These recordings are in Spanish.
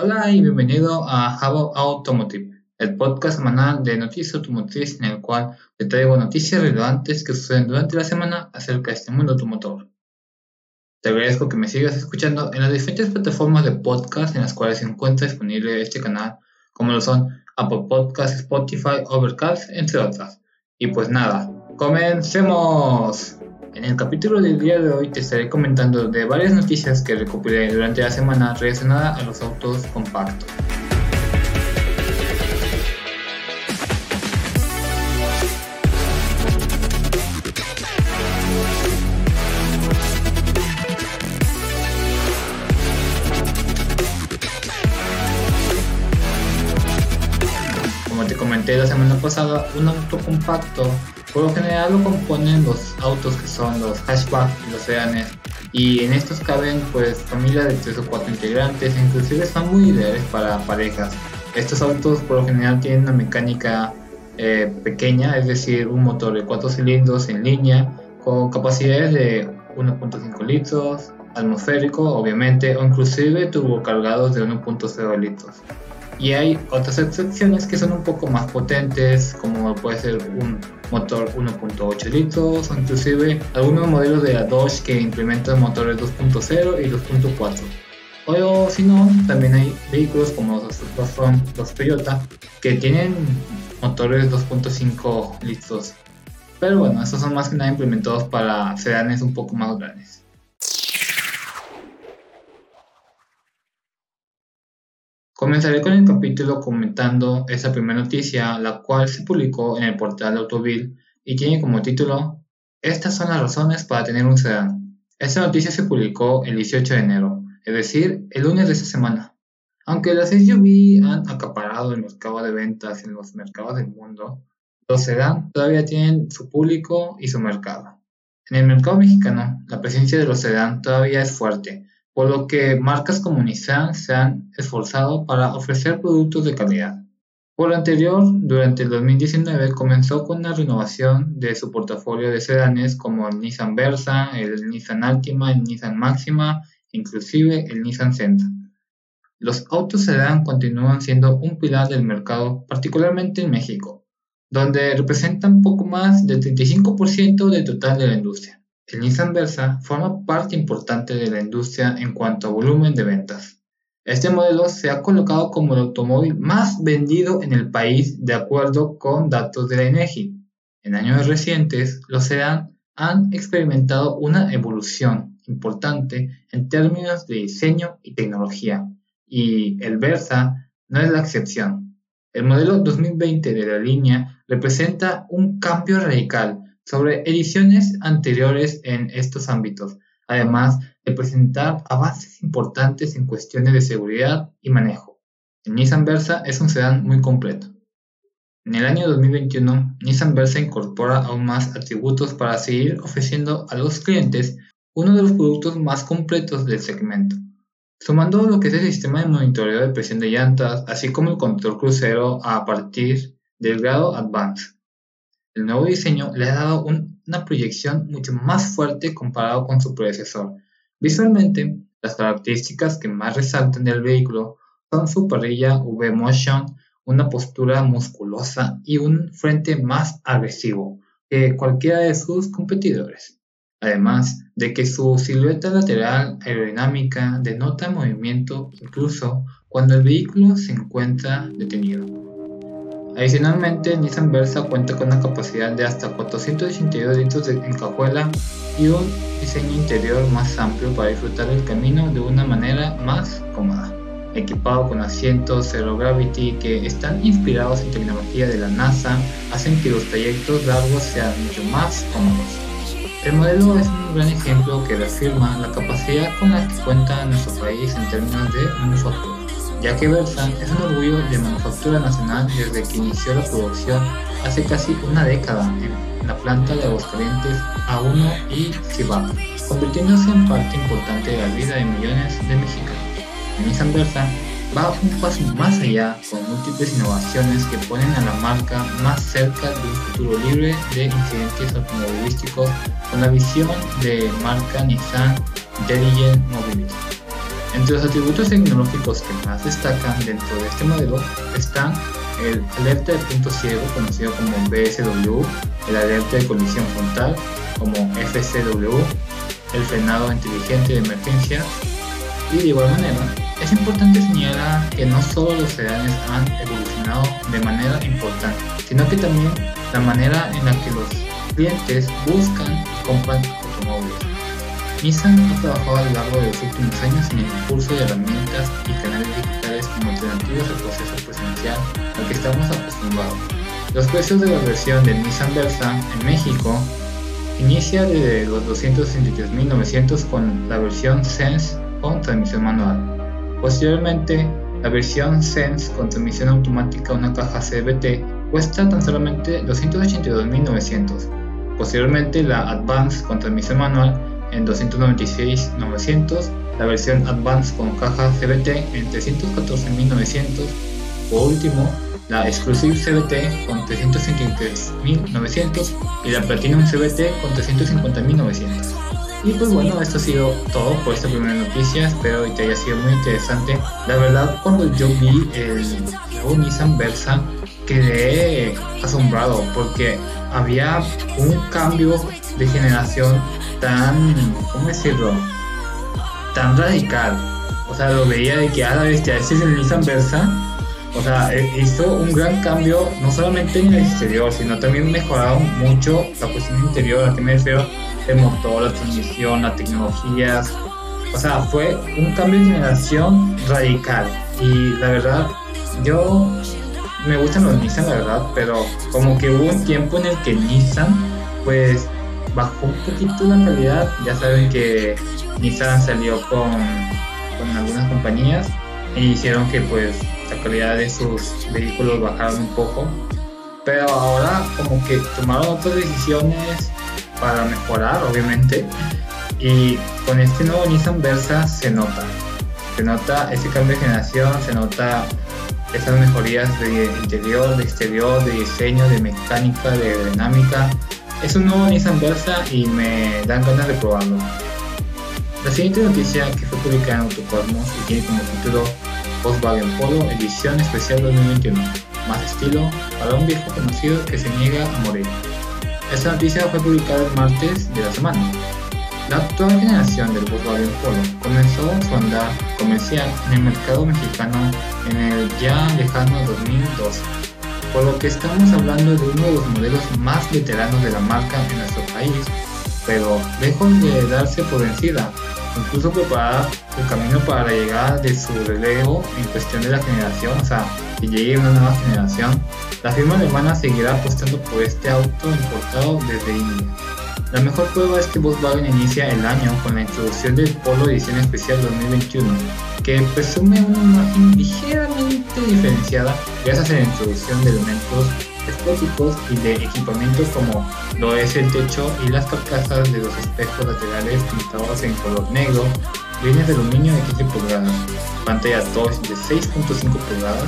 Hola y bienvenido a Hub Automotive, el podcast semanal de noticias automotriz en el cual te traigo noticias relevantes que suceden durante la semana acerca de este mundo automotor. Te agradezco que me sigas escuchando en las diferentes plataformas de podcast en las cuales se encuentra disponible este canal, como lo son Apple Podcasts, Spotify, Overcast, entre otras. Y pues nada, ¡comencemos! En el capítulo del día de hoy te estaré comentando de varias noticias que recopilé durante la semana relacionadas a los autos compactos. Como te comenté la semana pasada, un auto compacto por lo general lo componen los autos que son los hatchback y los sedanes, y en estos caben pues familias de 3 o 4 integrantes, e inclusive son muy ideales para parejas. Estos autos por lo general tienen una mecánica pequeña, es decir, un motor de 4 cilindros en línea con capacidades de 1.5 litros, atmosférico obviamente, o inclusive turbocargados de 1.0 litros. Y hay otras excepciones que son un poco más potentes, como puede ser un motor 1.8 litros o inclusive algunos modelos de la Dodge que implementan motores 2.0 y 2.4. O si no, también hay vehículos como los Toyota que tienen motores 2.5 litros. Pero bueno, estos son más que nada implementados para sedanes un poco más grandes. Comenzaré con el capítulo comentando esa primera noticia, la cual se publicó en el portal de Autovil y tiene como título: Estas son las razones para tener un sedán. Esta noticia se publicó el 18 de enero, es decir, el lunes de esta semana. Aunque las SUV han acaparado el mercado de ventas en los mercados del mundo, los sedán todavía tienen su público y su mercado. En el mercado mexicano, la presencia de los sedán todavía es fuerte, por lo que marcas como Nissan se han esforzado para ofrecer productos de calidad. Por lo anterior, durante el 2019 comenzó con una renovación de su portafolio de sedanes como el Nissan Versa, el Nissan Altima, el Nissan Máxima, inclusive el Nissan Sentra. Los autos sedán continúan siendo un pilar del mercado, particularmente en México, donde representan poco más del 35% del total de la industria. El Nissan Versa forma parte importante de la industria en cuanto a volumen de ventas. Este modelo se ha colocado como el automóvil más vendido en el país de acuerdo con datos de la INEGI. En años recientes, los sedán han experimentado una evolución importante en términos de diseño y tecnología, y el Versa no es la excepción. El modelo 2020 de la línea representa un cambio radical sobre ediciones anteriores en estos ámbitos, además de presentar avances importantes en cuestiones de seguridad y manejo. El Nissan Versa es un sedán muy completo. En el año 2021, Nissan Versa incorpora aún más atributos para seguir ofreciendo a los clientes uno de los productos más completos del segmento, sumando lo que es el sistema de monitoreo de presión de llantas, así como el control crucero a partir del grado Advanced. El nuevo diseño le ha dado una proyección mucho más fuerte comparado con su predecesor. Visualmente, las características que más resaltan del vehículo son su parrilla V-Motion, una postura musculosa y un frente más agresivo que cualquiera de sus competidores. Además de que su silueta lateral aerodinámica denota movimiento incluso cuando el vehículo se encuentra detenido. Adicionalmente, Nissan Versa cuenta con una capacidad de hasta 482 litros en cajuela y un diseño interior más amplio para disfrutar del camino de una manera más cómoda, equipado con asientos Zero Gravity que están inspirados en tecnología de la NASA, hacen que los trayectos largos sean mucho más cómodos. El modelo es un gran ejemplo que reafirma la capacidad con la que cuenta nuestro país en términos de manufactura, ya que Versa es un orgullo de manufactura nacional desde que inició la producción hace casi una década en la planta de Aguascalientes A1 y Cibac, convirtiéndose en parte importante de la vida de millones de mexicanos. El Nissan Versa va un paso más allá con múltiples innovaciones que ponen a la marca más cerca de un futuro libre de incidentes automovilísticos con la visión de marca Nissan Intelligent Mobility. Entre los atributos tecnológicos que más destacan dentro de este modelo están el alerta de punto ciego, conocido como BSW, el alerta de colisión frontal, como FCW, el frenado inteligente de emergencia, y de igual manera es importante señalar que no solo los sedanes han evolucionado de manera importante, sino que también la manera en la que los clientes buscan y compran automóviles. Nissan ha trabajado a lo largo de los últimos años en el impulso de herramientas y canales digitales como alternativas al proceso presencial al que estamos acostumbrados. Los precios de la versión de Nissan Versa en México inicia desde los 263.900 con la versión Sense con transmisión manual. Posteriormente, la versión Sense con transmisión automática, una caja CVT, cuesta tan solamente 282.900. Posteriormente, la Advance con transmisión manual en 296.900, la versión Advance con caja CVT en 314.900. Por último, la Exclusive CVT con 333.900 y la Platinum CVT con 350.900. Y pues bueno, esto ha sido todo por esta primera noticia, espero que te haya sido muy interesante. La verdad, cuando yo vi el nuevo Nissan Versa quedé asombrado porque había un cambio de generación tan, ¿cómo decirlo?, tan radical. O sea, lo veía de que a la bestia, este es el Nissan Versa. O sea, hizo un gran cambio no solamente en el exterior, sino también mejoraron mucho la cuestión interior. ¿A qué me refiero? El motor, la transmisión, las tecnologías. O sea, fue un cambio de generación radical. Y la verdad, yo me gustan los Nissan, la verdad, pero como que hubo un tiempo en el que Nissan pues bajó un poquito la calidad. Ya saben que Nissan salió con algunas compañías e hicieron que pues la calidad de sus vehículos bajaron un poco, pero ahora como que tomaron otras decisiones para mejorar, obviamente, y con este nuevo Nissan Versa se nota ese cambio de generación, se nota esas mejorías de interior, de exterior, de diseño, de mecánica, de aerodinámica. Es un nuevo Nissan Versa y me dan ganas de probarlo. La siguiente noticia, que fue publicada en Autocosmos y tiene como título Volkswagen Polo edición especial 2021, más estilo para un viejo conocido que se niega a morir. Esta noticia fue publicada el martes de la semana. La actual generación del Volkswagen Polo comenzó su andar comercial en el mercado mexicano en el ya lejano 2012, por lo que estamos hablando de uno de los modelos más veteranos de la marca en nuestro país, pero lejos de darse por vencida, incluso preparar el camino para la llegada de su relevo en cuestión de la generación, o sea, que llegue una nueva generación. La firma alemana seguirá apostando por este auto importado desde India. La mejor prueba es que Volkswagen inicia el año con la introducción del Polo Edición Especial 2021, que presume una imagen ligeramente diferenciada gracias a la introducción de elementos estéticos y de equipamiento como lo es el techo y las carcasas de los espejos laterales pintados en color negro, líneas de aluminio de 15 pulgadas, pantalla touch de 6.5 pulgadas,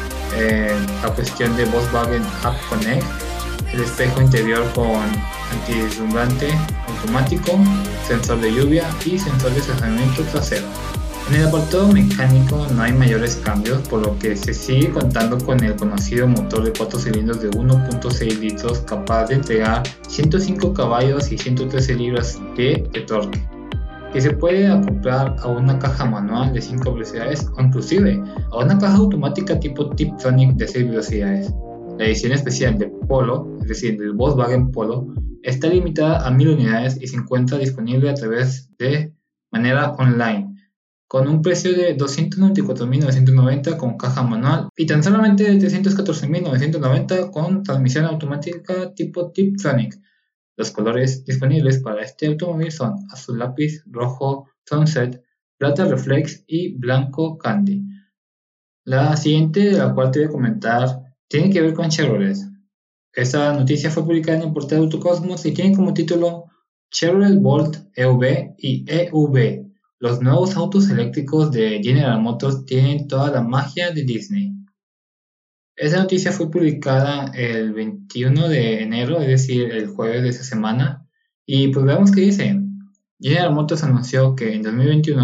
la cuestión de Volkswagen App Connect, el espejo interior con antideslumbrante automático, sensor de lluvia y sensor de estacionamiento trasero. En el apartado mecánico no hay mayores cambios, por lo que se sigue contando con el conocido motor de 4 cilindros de 1.6 litros capaz de entregar 105 caballos y 113 libras-pie de torque, que se puede acoplar a una caja manual de 5 velocidades o inclusive a una caja automática tipo Tiptronic de 6 velocidades. La edición especial del Polo, es decir, del Volkswagen Polo, está limitada a 1000 unidades y se encuentra disponible a través de manera online, con un precio de 294.990 con caja manual y tan solamente de 314.990 con transmisión automática tipo Tiptronic. Los colores disponibles para este automóvil son azul lápiz, rojo sunset, plata reflex y blanco candy. La siguiente, de la cual te voy a comentar, tiene que ver con Chevrolet. Esta noticia fue publicada en el portal Autocosmos y tiene como título Chevrolet Bolt EV y EV. Los nuevos autos eléctricos de General Motors tienen toda la magia de Disney. Esta noticia fue publicada el 21 de enero, es decir, el jueves de esa semana. Y pues veamos qué dice. General Motors anunció que en 2021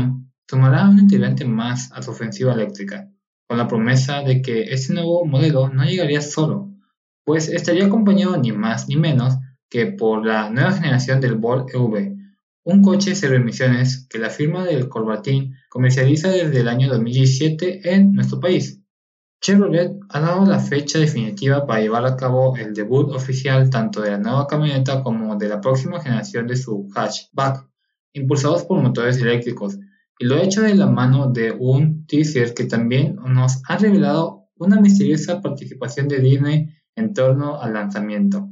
sumará un integrante más a su ofensiva eléctrica, con la promesa de que este nuevo modelo no llegaría solo, pues estaría acompañado ni más ni menos que por la nueva generación del Volt EV, un coche cero emisiones que la firma del Corbatín comercializa desde el año 2017 en nuestro país. Chevrolet ha dado la fecha definitiva para llevar a cabo el debut oficial tanto de la nueva camioneta como de la próxima generación de su hatchback, impulsados por motores eléctricos, y lo ha hecho de la mano de un teaser que también nos ha revelado una misteriosa participación de Disney en torno al lanzamiento.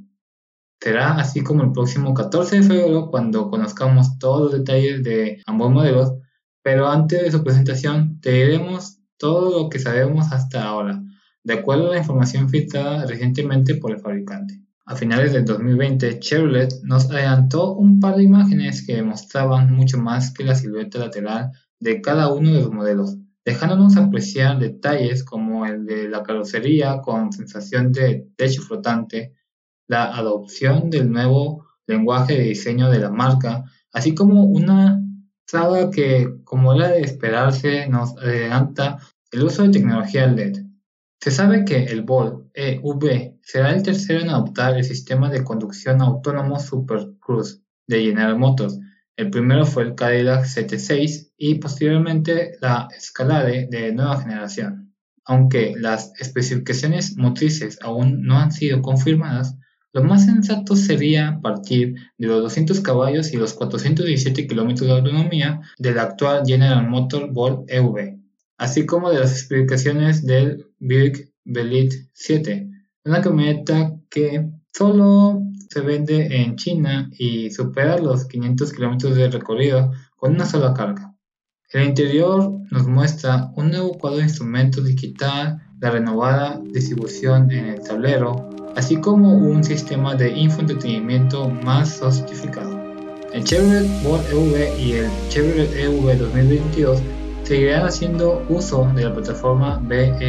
Será así como el próximo 14 de febrero cuando conozcamos todos los detalles de ambos modelos, pero antes de su presentación te diremos todo lo que sabemos hasta ahora, de acuerdo a la información filtrada recientemente por el fabricante. A finales del 2020, Chevrolet nos adelantó un par de imágenes que mostraban mucho más que la silueta lateral de cada uno de los modelos, dejándonos apreciar detalles como el de la carrocería con sensación de techo flotante, la adopción del nuevo lenguaje de diseño de la marca, así como una saga que, como era de esperarse, nos adelanta el uso de tecnología LED. Se sabe que el Volt EV será el tercero en adoptar el sistema de conducción autónomo Super Cruise de General Motors. El primero fue el Cadillac CT6 y posteriormente la Escalade de nueva generación. Aunque las especificaciones motrices aún no han sido confirmadas, lo más sensato sería partir de los 200 caballos y los 417 km de autonomía del actual General Motors Volt EV, así como de las especificaciones del Buick Velite 7, una camioneta que solo se vende en China y supera los 500 km de recorrido con una sola carga. El interior nos muestra un nuevo cuadro de instrumentos digital, la renovada distribución en el tablero, así como un sistema de infoentretenimiento más sofisticado. El Chevrolet Volt EV y el Chevrolet EV 2022 seguirán haciendo uso de la plataforma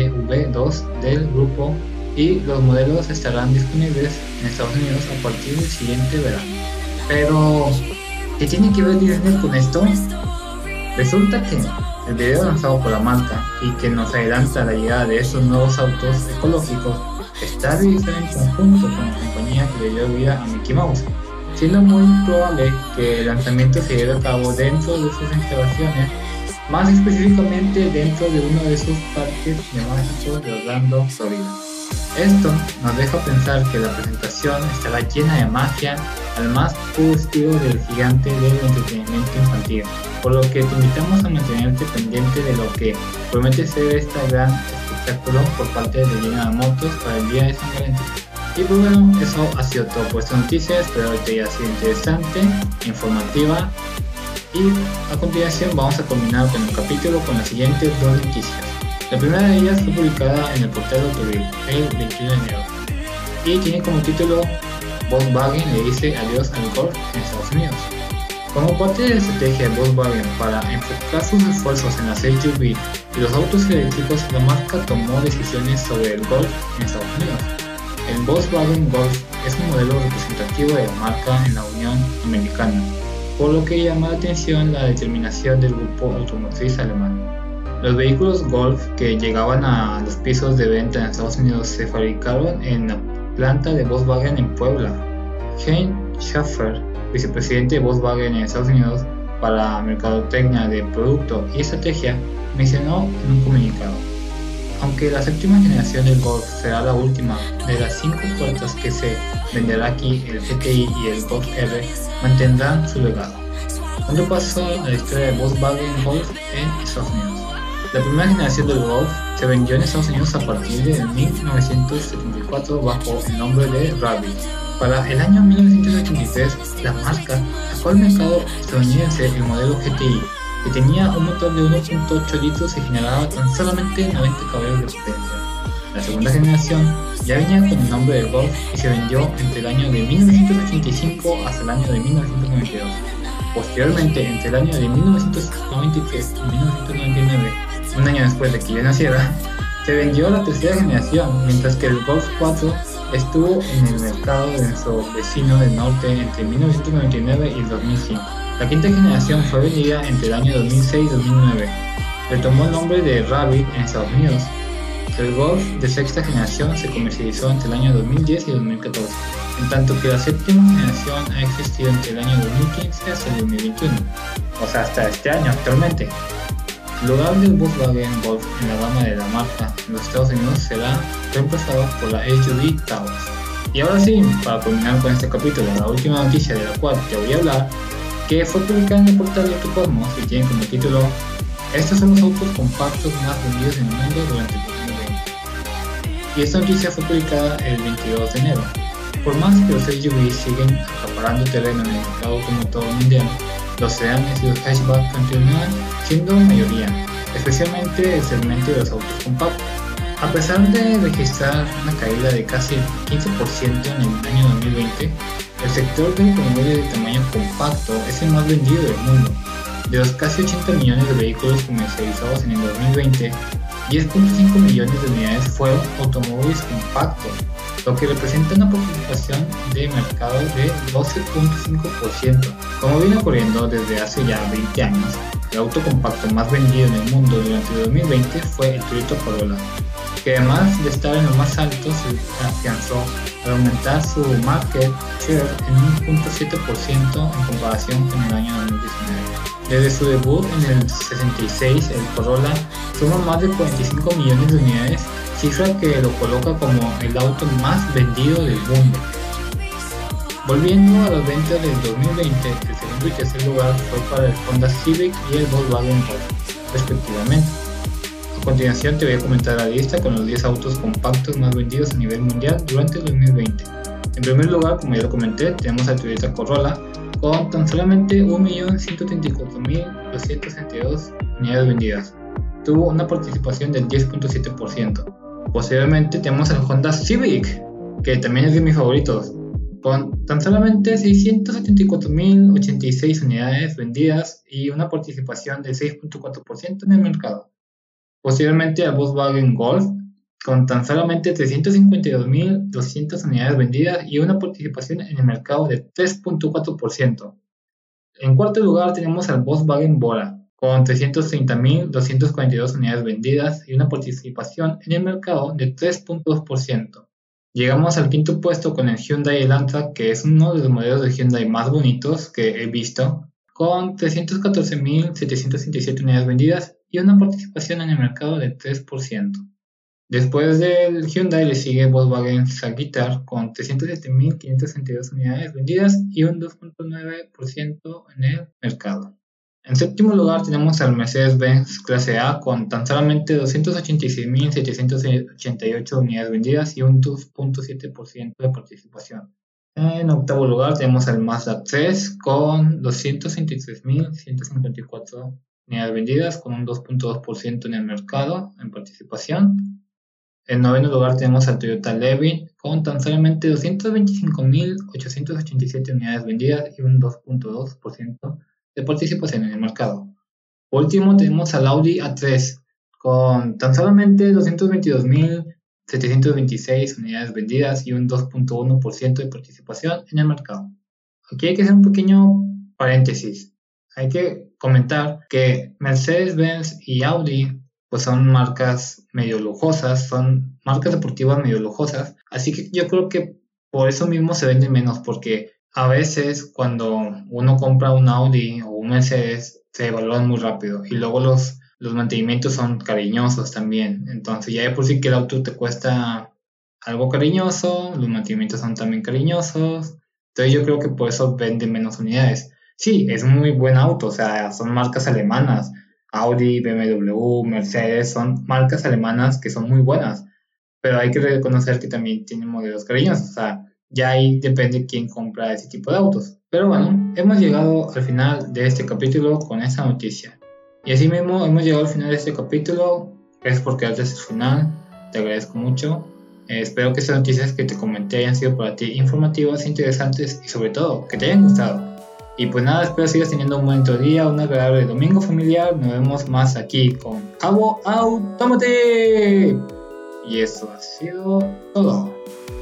BEV2 del grupo y los modelos estarán disponibles en Estados Unidos a partir del siguiente verano. Pero, ¿qué tiene que ver Disney con esto? Resulta que el video lanzado por la marca y que nos adelanta la llegada de estos nuevos autos ecológicos está realizado en conjunto con la compañía que le dio vida a Mickey Mouse, siendo muy probable que el lanzamiento se lleve a cabo dentro de sus instalaciones, más específicamente dentro de uno de sus parques temáticos de Orlando, Florida. Esto nos deja pensar que la presentación estará llena de magia al más puro estilo del gigante del entretenimiento infantil, por lo que te invitamos a mantenerte pendiente de lo que promete ser este gran espectáculo por parte de General Motors para el día de San Valentín. Y pues bueno, eso ha sido todo por esta noticia, espero que haya sido interesante, informativa, y a continuación vamos a culminar con el capítulo con las siguientes dos noticias. La primera de ellas fue publicada en el portal Autobild el 21 de enero y tiene como título Volkswagen le dice adiós al Golf en Estados Unidos. Como parte de la estrategia de Volkswagen para enfocar sus esfuerzos en las SUV y los autos eléctricos, la marca tomó decisiones sobre el Golf en Estados Unidos. El Volkswagen Golf es un modelo representativo de la marca en la Unión Americana, por lo que llama la atención la determinación del grupo automotriz alemán. Los vehículos Golf que llegaban a los pisos de venta en Estados Unidos se fabricaron en la planta de Volkswagen en Puebla. Hein Schaeffer, vicepresidente de Volkswagen en Estados Unidos para Mercadotecnia de Producto y Estrategia, mencionó en un comunicado: aunque la séptima generación del Golf será la última de las 5 puertas que se venderá aquí, el GTI y el Golf R mantendrán su legado. Un repaso a la historia de Volkswagen Golf en Estados Unidos. La primera generación del Golf se vendió en Estados Unidos a partir de 1974 bajo el nombre de Rabbit. Para el año 1983, la marca sacó al mercado estadounidense el modelo GTI, que tenía un motor de 1.8 litros y generaba tan solamente 90 caballos de potencia. La segunda generación ya venía con el nombre de Golf y se vendió entre el año de 1985 hasta el año de 1992. Posteriormente, entre el año de 1993 y 1999, un año después de que yo naciera, se vendió la tercera generación, mientras que el Golf 4 estuvo en el mercado de nuestro vecino del norte entre 1999 y el 2005. La quinta generación fue vendida entre el año 2006 y 2009. Retomó el nombre de Rabbit en Estados Unidos. El Golf de sexta generación se comercializó entre el año 2010 y 2014, en tanto que la séptima generación ha existido entre el año 2015 hasta el 2021, o sea, hasta este año actualmente. El lugar del Volkswagen Golf en la gama de la marca en los Estados Unidos será reemplazado por la SUV Taos. Y ahora sí, para terminar con este capítulo, la última noticia de la cual te voy a hablar, que fue publicada en el portal de Autocosmos y tiene como título: estos son los autos compactos más vendidos en el mundo durante el 2020. Y esta noticia fue publicada el 22 de enero. Por más que los SUVs siguen acaparando terreno en el mercado automotor mundial, los sedanes y los hatchbacks continúan siendo mayoría, especialmente el segmento de los autos compactos. A pesar de registrar una caída de casi 15% en el año 2020, el sector del automóvil de tamaño compacto es el más vendido del mundo. De los casi 80 millones de vehículos comercializados en el 2020, 10.5 millones de unidades fueron automóviles compactos, lo que representa una participación de mercado de 12.5%. Como viene ocurriendo desde hace ya 20 años, el auto compacto más vendido en el mundo durante el 2020 fue el Toyota Corolla, que además de estar en lo más alto se afianzó al aumentar su market share en 1.7% en comparación con el año 2019. Desde su debut en el 66, el Corolla suma más de 45 millones de unidades, cifra que lo coloca como el auto más vendido del mundo. Volviendo a las ventas del 2020, el segundo y tercer lugar fue para el Honda Civic y el Volkswagen Golf, respectivamente. A continuación te voy a comentar la lista con los 10 autos compactos más vendidos a nivel mundial durante el 2020. En primer lugar, como ya lo comenté, tenemos al Toyota Corolla con tan solamente 1.134.262 unidades vendidas. Tuvo una participación del 10.7%. Posteriormente tenemos al Honda Civic, que también es de mis favoritos, con tan solamente 674.086 unidades vendidas y una participación del 6.4% en el mercado. Posteriormente al Volkswagen Golf, con tan solamente 352.200 unidades vendidas y una participación en el mercado de 3.4%. En cuarto lugar tenemos al Volkswagen Bora, con 330.242 unidades vendidas y una participación en el mercado de 3.2%. Llegamos al quinto puesto con el Hyundai Elantra, que es uno de los modelos de Hyundai más bonitos que he visto, con 314.767 unidades vendidas y una participación en el mercado de 3%. Después del Hyundai le sigue Volkswagen Sagitar con 307.562 unidades vendidas y un 2.9% en el mercado. En séptimo lugar tenemos al Mercedes-Benz Clase A con tan solamente 286.788 unidades vendidas y un 2.7% de participación. En octavo lugar tenemos al Mazda 3 con 263.154 unidades vendidas con un 2.2% en el mercado en participación. En noveno lugar tenemos al Toyota Levin con tan solamente 225.887 unidades vendidas y un 2.2% de participación en el mercado. Por último tenemos al Audi A3 con tan solamente 222.726 unidades vendidas y un 2.1% de participación en el mercado. Aquí hay que hacer un pequeño paréntesis. Hay que comentar que Mercedes-Benz y Audi pues son marcas medio lujosas, son marcas deportivas medio lujosas, así que yo creo que por eso mismo se venden menos, porque a veces cuando uno compra un Audi o un Mercedes se evalúan muy rápido y luego los mantenimientos son cariñosos también, entonces ya de por sí que el auto te cuesta algo cariñoso, los mantenimientos son también cariñosos, entonces yo creo que por eso venden menos unidades. Sí, es muy buen auto, o sea, son marcas alemanas, Audi, BMW, Mercedes, son marcas alemanas que son muy buenas, pero hay que reconocer que también tienen modelos cariñosos, o sea, ya ahí depende quién compra ese tipo de autos. Pero bueno, hemos llegado al final de este capítulo con esta noticia. Y así mismo hemos llegado al final de este capítulo. Gracias por quedarte hasta el final, te agradezco mucho. Espero que estas noticias que te comenté hayan sido para ti informativas, interesantes y sobre todo que te hayan gustado. Y pues nada, espero sigas teniendo un bonito día, un agradable domingo familiar. Nos vemos más aquí con Cabo Automotive. Y eso ha sido todo.